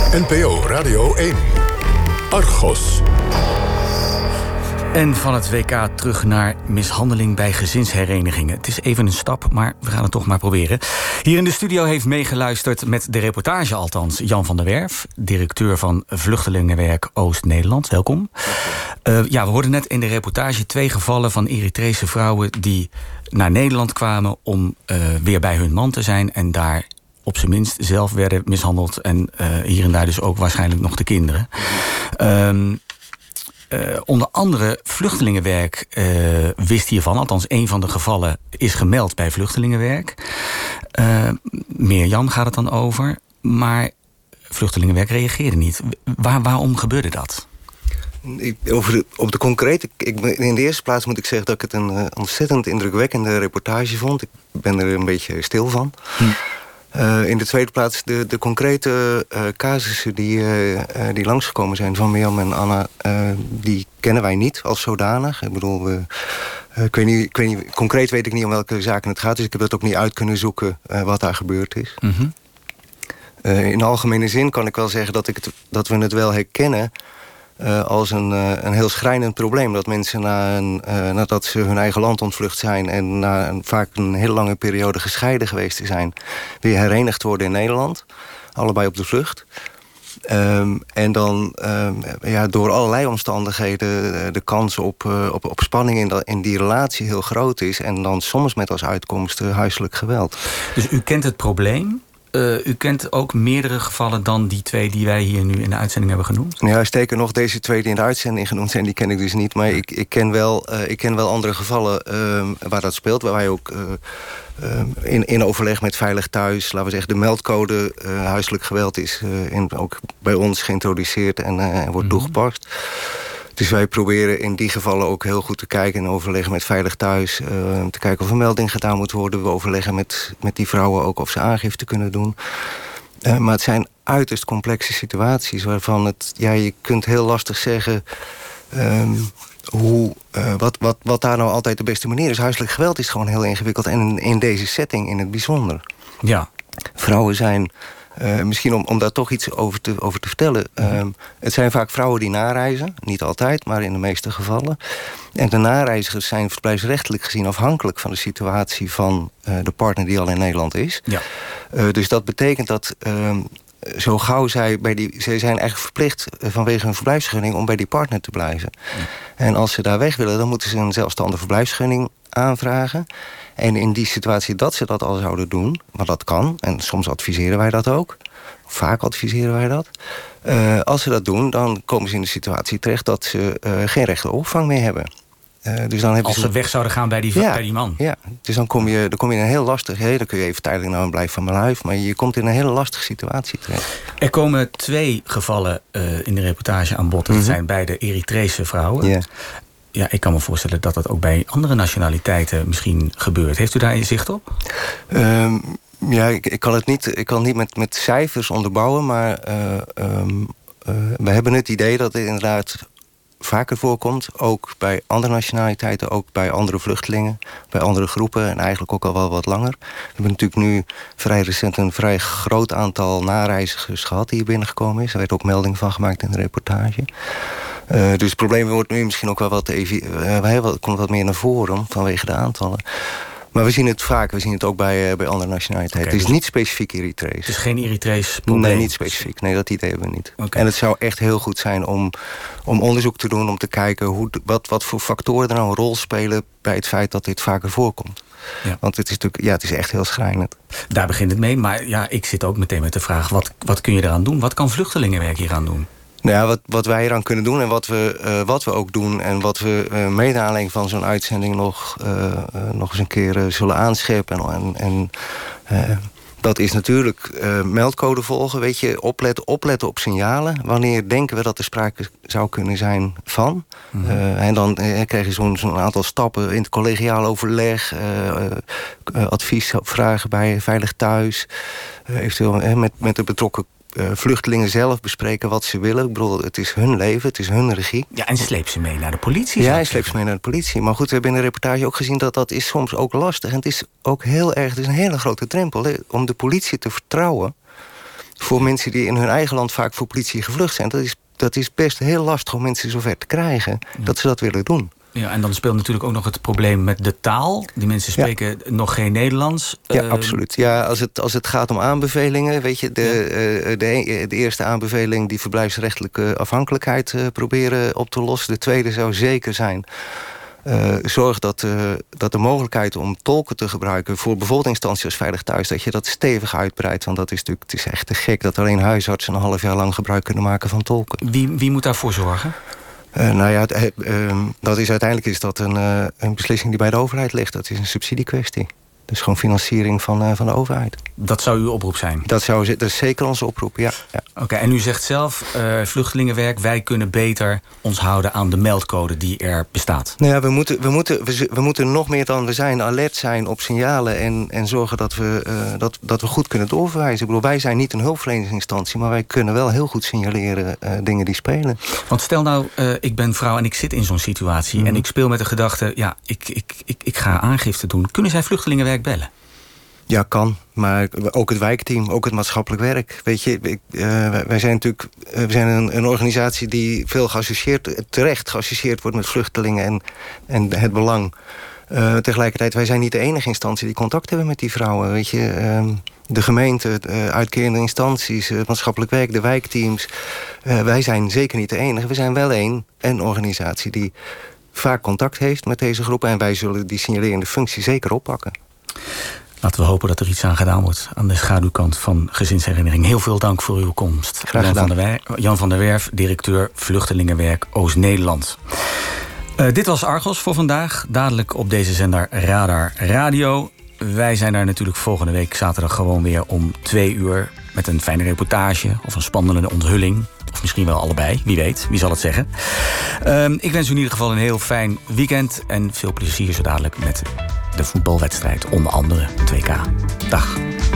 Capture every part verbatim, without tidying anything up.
N P O Radio één. Argos. En van het W K terug naar mishandeling bij gezinsherenigingen. Het is even een stap, maar we gaan het toch maar proberen. Hier in de studio heeft meegeluisterd, met de reportage althans, Jan van der Werf, directeur van Vluchtelingenwerk Oost-Nederland. Welkom. Uh, ja, we hoorden net in de reportage twee gevallen van Eritrese vrouwen die naar Nederland kwamen om uh, weer bij hun man te zijn en daar op zijn minst zelf werden mishandeld en uh, hier en daar dus ook waarschijnlijk nog de kinderen. Um, Uh, onder andere Vluchtelingenwerk uh, wist hiervan. Althans, een van de gevallen is gemeld bij Vluchtelingenwerk. Uh, Mirjam gaat het dan over. Maar Vluchtelingenwerk reageerde niet. Waar, waarom gebeurde dat? Ik, over de, op de concrete... Ik, in de eerste plaats moet ik zeggen dat ik het een uh, ontzettend indrukwekkende reportage vond. Ik ben er een beetje stil van. Hm. Uh, in de tweede plaats de, de concrete uh, casussen die, uh, uh, die langsgekomen zijn van Mirjam en Anna, uh, die kennen wij niet als zodanig. Ik bedoel, we, uh, ik weet niet, ik weet niet, concreet weet ik niet om welke zaken het gaat, dus ik heb dat ook niet uit kunnen zoeken uh, wat daar gebeurd is. Mm-hmm. Uh, in algemene zin kan ik wel zeggen dat, ik het, dat we het wel herkennen Uh, als een, uh, een heel schrijnend probleem. Dat mensen na een, uh, nadat ze hun eigen land ontvlucht zijn en na een, vaak een hele lange periode gescheiden geweest te zijn, weer herenigd worden in Nederland. Allebei op de vlucht. Um, en dan um, ja, door allerlei omstandigheden uh, de kans op, uh, op, op spanning in, dat, in die relatie heel groot is. En dan soms met als uitkomst uh, huiselijk geweld. Dus u kent het probleem? Uh, u kent ook meerdere gevallen dan die twee die wij hier nu in de uitzending hebben genoemd? Ja, sterker nog, deze twee die in de uitzending genoemd zijn, die ken ik dus niet. Maar ik, ik, ken, wel, uh, ik ken wel andere gevallen uh, waar dat speelt. Waar wij ook uh, uh, in, in overleg met Veilig Thuis, laten we zeggen, de meldcode uh, huiselijk geweld is uh, in, ook bij ons geïntroduceerd en, uh, en wordt mm-hmm. toegepast. Dus wij proberen in die gevallen ook heel goed te kijken en overleggen met Veilig Thuis. Uh, te kijken of een melding gedaan moet worden. We overleggen met, met die vrouwen ook of ze aangifte kunnen doen. Uh, maar het zijn uiterst complexe situaties waarvan het, ja, je kunt heel lastig zeggen Um, hoe, uh, wat, wat, wat daar nou altijd de beste manier is. Huiselijk geweld is gewoon heel ingewikkeld en in, in deze setting in het bijzonder. Ja. Vrouwen zijn... Uh, misschien om, om daar toch iets over te, over te vertellen. Uh, het zijn vaak vrouwen die nareizen. Niet altijd, maar in de meeste gevallen. En de nareizigers zijn verblijfsrechtelijk gezien afhankelijk van de situatie van uh, de partner die al in Nederland is. Ja. Uh, dus dat betekent dat uh, zo gauw zij bij die... Zij zijn eigenlijk verplicht uh, vanwege hun verblijfsvergunning om bij die partner te blijven. Ja. En als ze daar weg willen, dan moeten ze een zelfstandige verblijfsvergunning aanvragen. En in die situatie dat ze dat al zouden doen, want dat kan, en soms adviseren wij dat ook, vaak adviseren wij dat. Uh, als ze dat doen, dan komen ze in de situatie terecht dat ze uh, geen recht op opvang meer hebben. Uh, dus dan hebben als ze, ze weg zouden gaan bij die, ja, bij die man. Ja, dus dan kom je, dan kom je in een heel lastig... Hey, dan kun je even tijdelijk naar een blijf van mijn lijf, maar je komt in een hele lastige situatie terecht. Er komen twee gevallen uh, in de reportage aan bod. Dat mm-hmm. zijn beide Eritrese vrouwen. Yeah. Ja, ik kan me voorstellen dat dat ook bij andere nationaliteiten misschien gebeurt. Heeft u daar inzicht op? Um, ja, ik, ik kan het niet, ik kan het niet met, met cijfers onderbouwen, maar uh, um, uh, we hebben het idee dat het inderdaad vaker voorkomt. Ook bij andere nationaliteiten, ook bij andere vluchtelingen, bij andere groepen en eigenlijk ook al wel wat langer. We hebben natuurlijk nu vrij recent een vrij groot aantal nareizigers gehad die hier binnengekomen is. Er werd ook melding van gemaakt in de reportage. Uh, dus het probleem wordt nu misschien ook wel wat evi- uh, komt wat meer naar voren vanwege de aantallen. Maar we zien het vaak, we zien het ook bij, uh, bij andere nationaliteiten. Okay, het is dus niet specifiek Eritrees. Het is geen Eritrees probleem? Nee, niet specifiek. Nee, dat idee hebben we niet. Okay. En het zou echt heel goed zijn om, om onderzoek te doen, om te kijken hoe, wat, wat voor factoren er nou een rol spelen bij het feit dat dit vaker voorkomt. Ja. Want het is natuurlijk, ja, het is echt heel schrijnend. Daar begint het mee, maar ja, ik zit ook meteen met de vraag, wat, wat kun je eraan doen? Wat kan Vluchtelingenwerk hier aan doen? Nou ja, wat, wat wij eraan kunnen doen en wat we, uh, wat we ook doen... en wat we uh, mede naar aanleiding van zo'n uitzending nog, uh, uh, nog eens een keer uh, zullen aanscherpen. En, en uh, dat is natuurlijk uh, meldcode volgen, weet je, opletten, opletten op signalen. Wanneer denken we dat er sprake zou kunnen zijn van? Mm-hmm. Uh, en dan uh, krijg je zo'n, zo'n aantal stappen in het collegiaal overleg... Uh, uh, adviesvragen bij Veilig Thuis, uh, eventueel uh, met, met de betrokken... Uh, vluchtelingen zelf bespreken wat ze willen. Ik bedoel, het is hun leven, het is hun regie. Ja, en sleep ze mee naar de politie. Ja, sleep ze mee naar de politie. Maar goed, we hebben in de reportage ook gezien dat dat is soms ook lastig. En het is ook heel erg, het is een hele grote drempel hè, om de politie te vertrouwen Voor mensen die in hun eigen land vaak voor politie gevlucht zijn. Dat is, dat is best heel lastig om mensen zover te krijgen ja. dat ze dat willen doen. Ja, en dan speelt natuurlijk ook nog het probleem met de taal. Die mensen spreken ja. nog geen Nederlands. Ja, uh, absoluut. Ja, als het, als het gaat om aanbevelingen, weet je, de, ja. uh, de, de eerste aanbeveling die verblijfsrechtelijke afhankelijkheid uh, proberen op te lossen. De tweede zou zeker zijn. Uh, zorg dat, uh, dat de mogelijkheid om tolken te gebruiken voor bijvoorbeeld instanties als Veilig Thuis, dat je dat stevig uitbreidt. Want dat is natuurlijk, het is echt te gek dat alleen huisartsen een half jaar lang gebruik kunnen maken van tolken. Wie, wie moet daarvoor zorgen? Uh, nou ja, het, uh, dat is, uiteindelijk is dat een, uh, een beslissing die bij de overheid ligt. Dat is een subsidiekwestie. Dus gewoon financiering van, uh, van de overheid. Dat zou uw oproep zijn? Dat, zou, dat is zeker onze oproep, ja. ja. Oké, okay, en u zegt zelf, uh, vluchtelingenwerk, wij kunnen beter ons houden aan de meldcode die er bestaat. Nou ja, we moeten, we moeten, we, we moeten nog meer dan we zijn alert zijn op signalen en, en zorgen dat we, uh, dat, dat we goed kunnen doorverwijzen. Ik bedoel, wij zijn niet een hulpverleningsinstantie, maar wij kunnen wel heel goed signaleren uh, dingen die spelen. Want stel nou, uh, ik ben vrouw en ik zit in zo'n situatie mm. en ik speel met de gedachte, ja, ik, ik, ik, ik ga aangifte doen. Kunnen zij vluchtelingenwerk bellen? Ja, kan. Maar ook het wijkteam, ook het maatschappelijk werk. Weet je, ik, uh, wij zijn natuurlijk uh, we zijn een, een organisatie die veel geassocieerd, terecht geassocieerd wordt met vluchtelingen en, en het belang. Uh, tegelijkertijd, wij zijn niet de enige instantie die contact hebben met die vrouwen. Weet je, uh, de gemeente, uh, uitkerende instanties, het maatschappelijk werk, de wijkteams. Uh, wij zijn zeker niet de enige. We zijn wel een, een organisatie die vaak contact heeft met deze groepen. En wij zullen die signalerende functie zeker oppakken. Laten we hopen dat er iets aan gedaan wordt aan de schaduwkant van gezinshereniging. Heel veel dank voor uw komst. Graag gedaan. Jan van der, Wer- Jan van der Werf, directeur Vluchtelingenwerk Oost-Nederland. Uh, dit was Argos voor vandaag. Dadelijk op deze zender Radar Radio. Wij zijn daar natuurlijk volgende week zaterdag gewoon weer om twee uur... met een fijne reportage of een spannende onthulling. Of misschien wel allebei, wie weet, wie zal het zeggen. Uh, ik wens u in ieder geval een heel fijn weekend... en veel plezier zo dadelijk met de voetbalwedstrijd, onder andere twee K. Dag.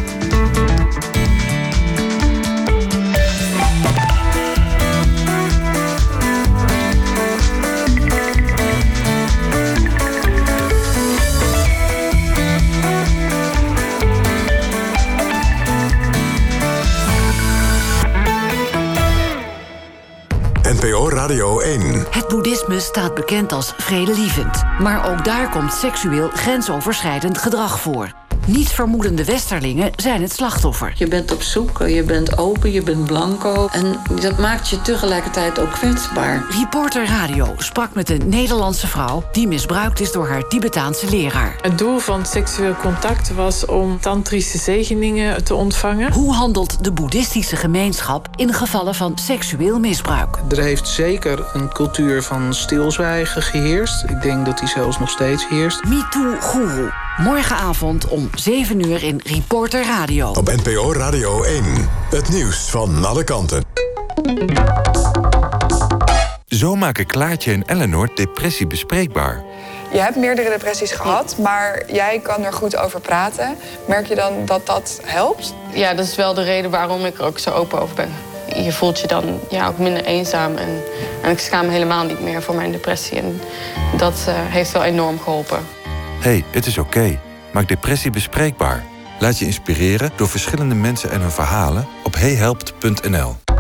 N P O Radio één. Het boeddhisme staat bekend als vredelievend. Maar ook daar komt seksueel grensoverschrijdend gedrag voor. Niets vermoedende westerlingen zijn het slachtoffer. Je bent op zoek, je bent open, je bent blanco. En dat maakt je tegelijkertijd ook kwetsbaar. Reporter Radio sprak met een Nederlandse vrouw... die misbruikt is door haar Tibetaanse leraar. Het doel van seksueel contact was om tantrische zegeningen te ontvangen. Hoe handelt de boeddhistische gemeenschap in gevallen van seksueel misbruik? Er heeft zeker een cultuur van stilzwijgen geheerst. Ik denk dat die zelfs nog steeds heerst. MeToo Guru. Morgenavond om zeven uur in Reporter Radio. Op N P O Radio één. Het nieuws van alle kanten. Zo maken Klaartje en Eleanor depressie bespreekbaar. Je hebt meerdere depressies gehad, maar jij kan er goed over praten. Merk je dan dat dat helpt? Ja, dat is wel de reden waarom ik er ook zo open over ben. Je voelt je dan ja, ook minder eenzaam. En, en ik schaam me helemaal niet meer voor mijn depressie. En dat uh, heeft wel enorm geholpen. Hé, hey, het is oké. Okay. Maak depressie bespreekbaar. Laat je inspireren door verschillende mensen en hun verhalen op heyhelpt punt n l.